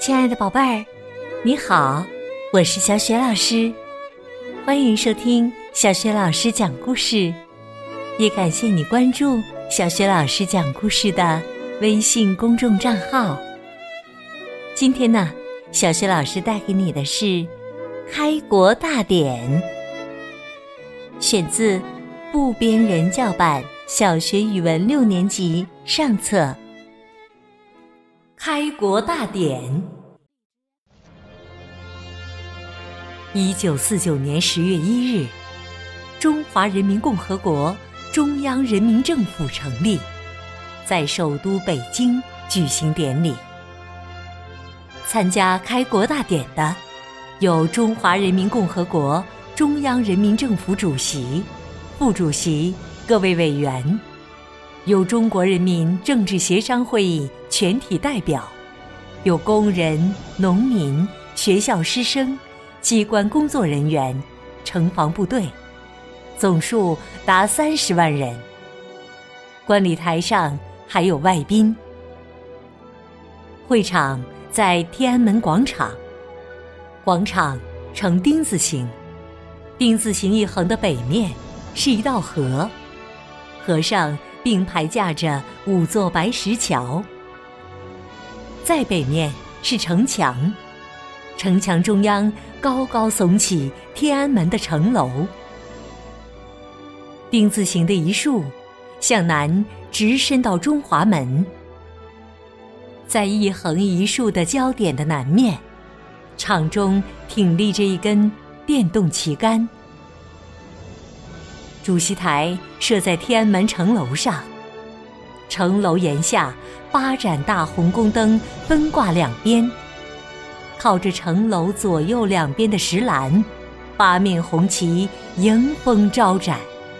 亲爱的宝贝儿，你好，我是小雪老师，欢迎收听小雪老师讲故事，也感谢你关注小雪老师讲故事的微信公众账号。今天呢，小雪老师带给你的是开国大典，选自部编人教版小学语文6年级上册。开国大典。1949年10月1日，中华人民共和国中央人民政府成立，在首都北京举行典礼。参加开国大典的有中华人民共和国中央人民政府主席、副主席、各位委员，有中国人民政治协商会议全体代表，有工人、农民、学校师生、机关工作人员、城防部队，总数达30万人。观礼台上还有外宾。会场在天安门广场，广场呈丁字形，丁字形一横的北面是一道河，河上并排架着5座白石桥。在北面是城墙，城墙中央高高耸起天安门的城楼。丁字形的一竖向南直伸到中华门，在一横一竖的交点的南面，场中挺立着一根电动旗杆。主席台设在天安门城楼上，城楼檐下8盏大红宫灯分挂两边，靠着城楼左右两边的石栏，8面红旗迎风招展。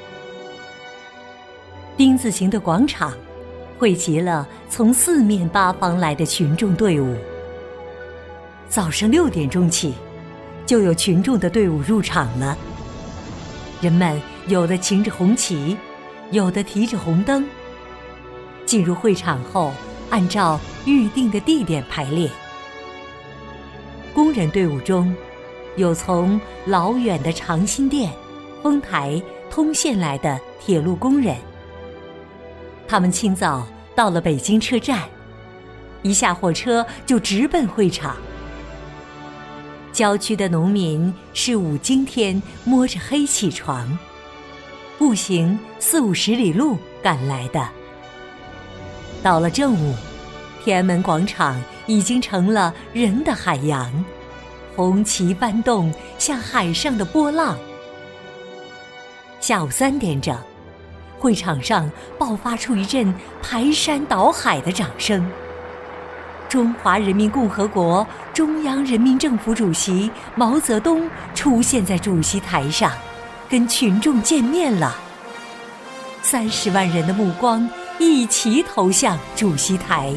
丁字形的广场汇集了从4面8方来的群众队伍。早上6点钟起，就有群众的队伍入场了。人们有的擎着红旗，有的提着红灯。进入会场后，按照预定的地点排列。工人队伍中，有从老远的长辛店、丰台、通县来的铁路工人。他们清早到了北京车站，一下火车就直奔会场。郊区的农民是5更天摸着黑起床，步行40-50里路赶来的。到了正午，天安门广场已经成了人的海洋，红旗翻动，像海上的波浪。下午3点整，会场上爆发出一阵排山倒海的掌声。中华人民共和国中央人民政府主席毛泽东出现在主席台上，跟群众见面了。30万人的目光一齐投向主席台。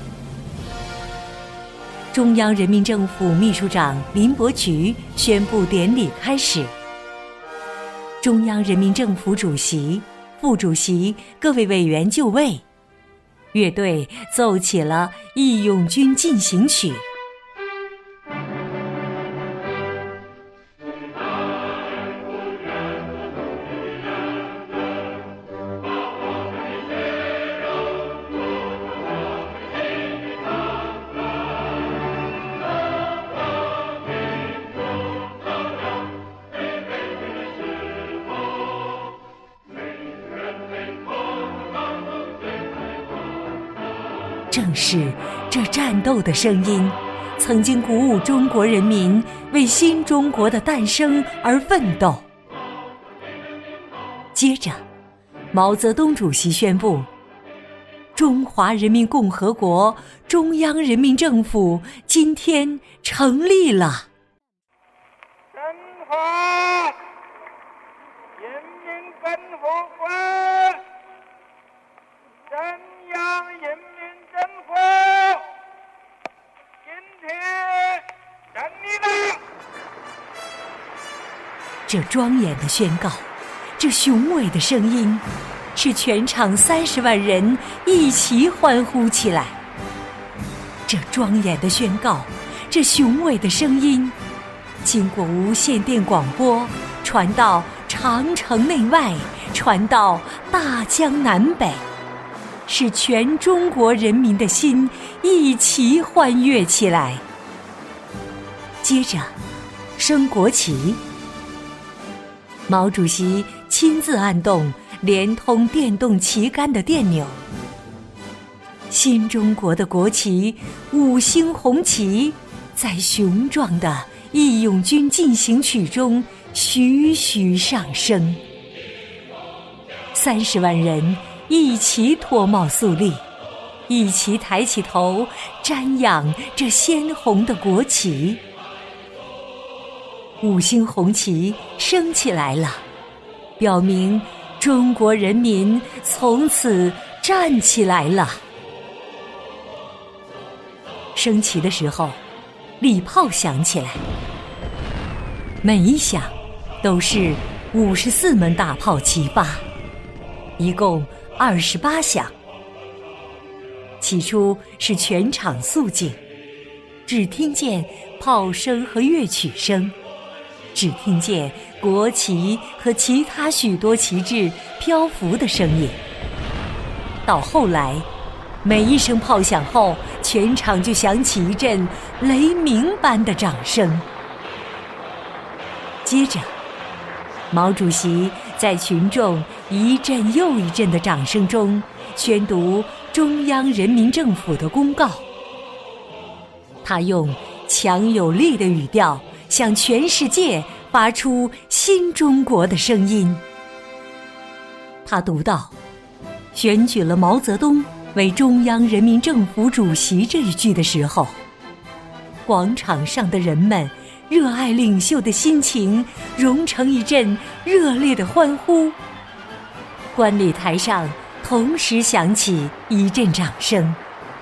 中央人民政府秘书长林伯渠宣布典礼开始。中央人民政府主席、副主席、各位委员就位，乐队奏起了《义勇军进行曲》。正是这战斗的声音，曾经鼓舞中国人民为新中国的诞生而奋斗。接着，毛泽东主席宣布，中华人民共和国中央人民政府今天成立了。 中华人民共和国中央人民政府今天成立了。 这庄严的宣告，这雄伟的声音，使全场30万人一齐欢呼起来。这庄严的宣告， 这雄伟的声音经过无线电广播，传到长城内外，传到大江南北，使全中国人民的心一齐欢悦起来。接着升国旗，毛主席亲自按动连通电动旗杆的电钮，新中国的国旗5星红旗在雄壮的《义勇军进行曲》中徐徐上升。30万人一齐脱帽肃立，一齐抬起头瞻仰这鲜红的国旗。5星红旗升起来了，表明中国人民从此站起来了。升旗的时候，礼炮响起来，每一响都是54门大炮齐发，一共28响。起初是全场肃静，只听见炮声和乐曲声，只听见国旗和其他许多旗帜漂浮的声音。到后来，每一声炮响后，全场就响起一阵雷鸣般的掌声。接着，毛主席在群众一阵又一阵的掌声中宣读中央人民政府的公告。他用强有力的语调向全世界发出新中国的声音。他读到选举了毛泽东为中央人民政府主席这一句的时候，广场上的人们热爱领袖的心情融成一阵热烈的欢呼，观礼台上同时响起一阵掌声。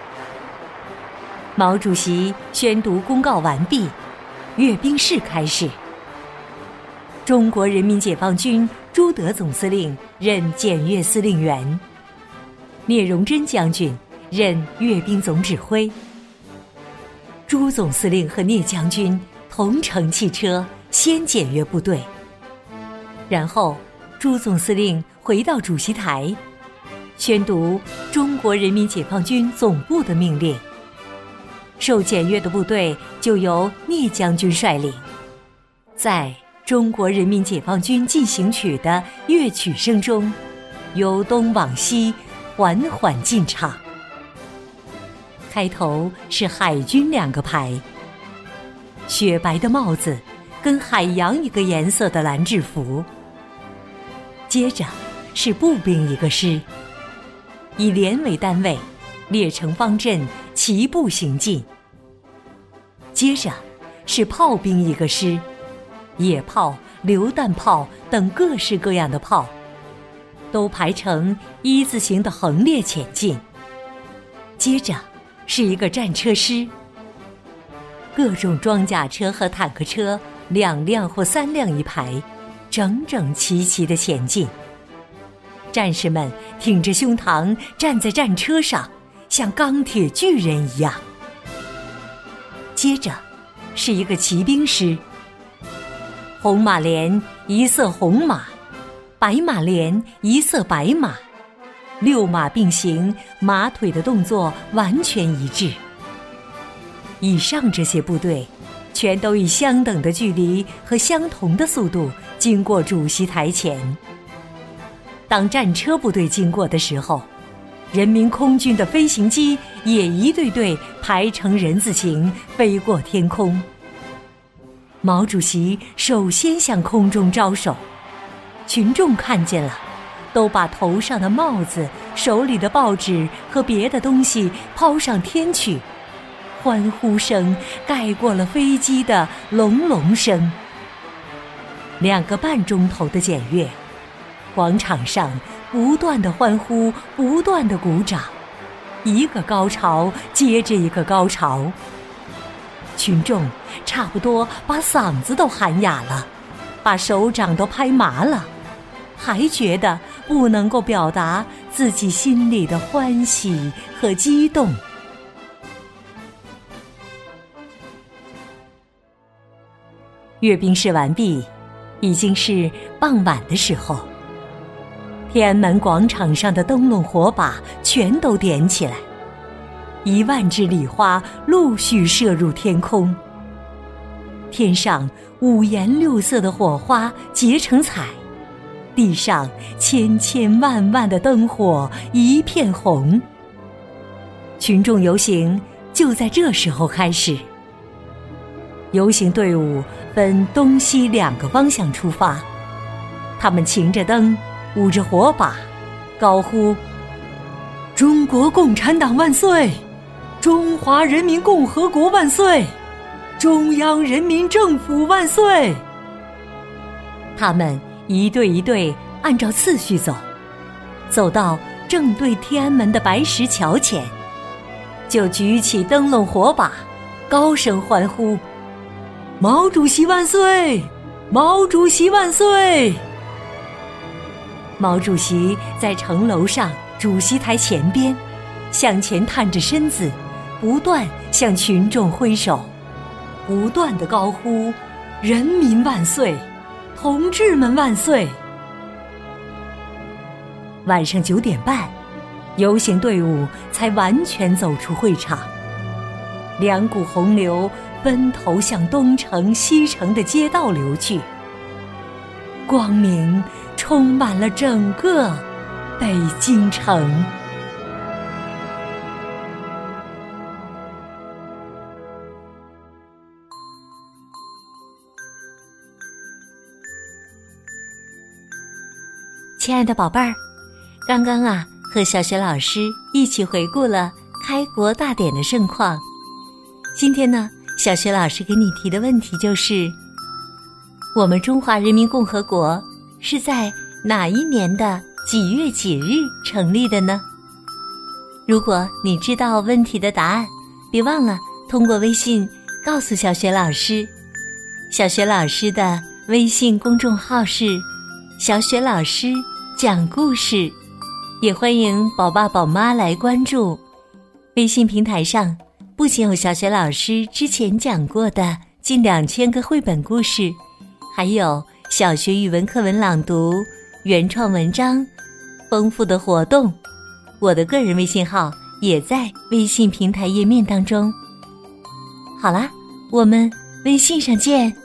毛主席宣读公告完毕，阅兵式开始。中国人民解放军朱德总司令任检阅司令员，聂荣臻将军任阅兵总指挥。朱总司令和聂将军同乘汽车先检阅部队，然后朱总司令回到主席台，宣读中国人民解放军总部的命令。受检阅的部队就由聂将军率领，在中国人民解放军进行曲的乐曲声中，由东往西缓缓进场。开头是海军2个排，雪白的帽子跟海洋一个颜色的蓝制服。接着是步兵1个师，以连为单位，列成方阵，齐步行进。接着是炮兵1个师，野炮、榴弹炮等各式各样的炮都排成一字形的横列前进。接着是一个战车师，各种装甲车和坦克车2辆或3辆一排，整整齐齐地前进。战士们挺着胸膛站在战车上，像钢铁巨人一样。接着是一个骑兵师，红马连1色红马，白马连1色白马，6马并行，马腿的动作完全一致。以上这些部队全都以相等的距离和相同的速度经过主席台前。当战车部队经过的时候，人民空军的飞行机也一队队排成人字形飞过天空。毛主席首先向空中招手，群众看见了，都把头上的帽子、手里的报纸和别的东西抛上天去，欢呼声盖过了飞机的隆隆声。2个半钟头的检阅，广场上不断的欢呼，不断的鼓掌，一个高潮接着一个高潮。群众差不多把嗓子都喊哑了，把手掌都拍麻了，还觉得不能够表达自己心里的欢喜和激动。 阅兵式完毕，已经是傍晚的时候。天安门广场上的灯笼火把全都点起来，10000只礼花陆续射入天空。天上五颜六色的火花结成彩，地上千千万万的灯火一片红。群众游行就在这时候开始。游行队伍分东西2个方向出发，他们擎着灯，舞着火把，高呼中国共产党万岁，中华人民共和国万岁，中央人民政府万岁。他们一队一队按照次序走，走到正对天安门的白石桥前，就举起灯笼火把，高声欢呼毛主席万岁，毛主席万岁。毛主席在城楼上主席台前边，向前探着身子，不断向群众挥手，不断地高呼人民万岁，同志们万岁。晚上9点半，游行队伍才完全走出会场。2股洪流分头向东城、西城的街道流去，光明充满了整个北京城。亲爱的宝贝儿，刚刚和小雪老师一起回顾了开国大典的盛况。今天呢，小雪老师给你提的问题就是：我们中华人民共和国是在哪一年的几月几日成立的呢？如果你知道问题的答案，别忘了通过微信告诉小雪老师。小雪老师的微信公众号是小雪老师讲故事，也欢迎宝爸宝妈来关注。微信平台上不仅有小雪老师之前讲过的近2000个绘本故事，还有小学语文课文朗读、原创文章、丰富的活动。我的个人微信号也在微信平台页面当中。好啦，我们微信上见。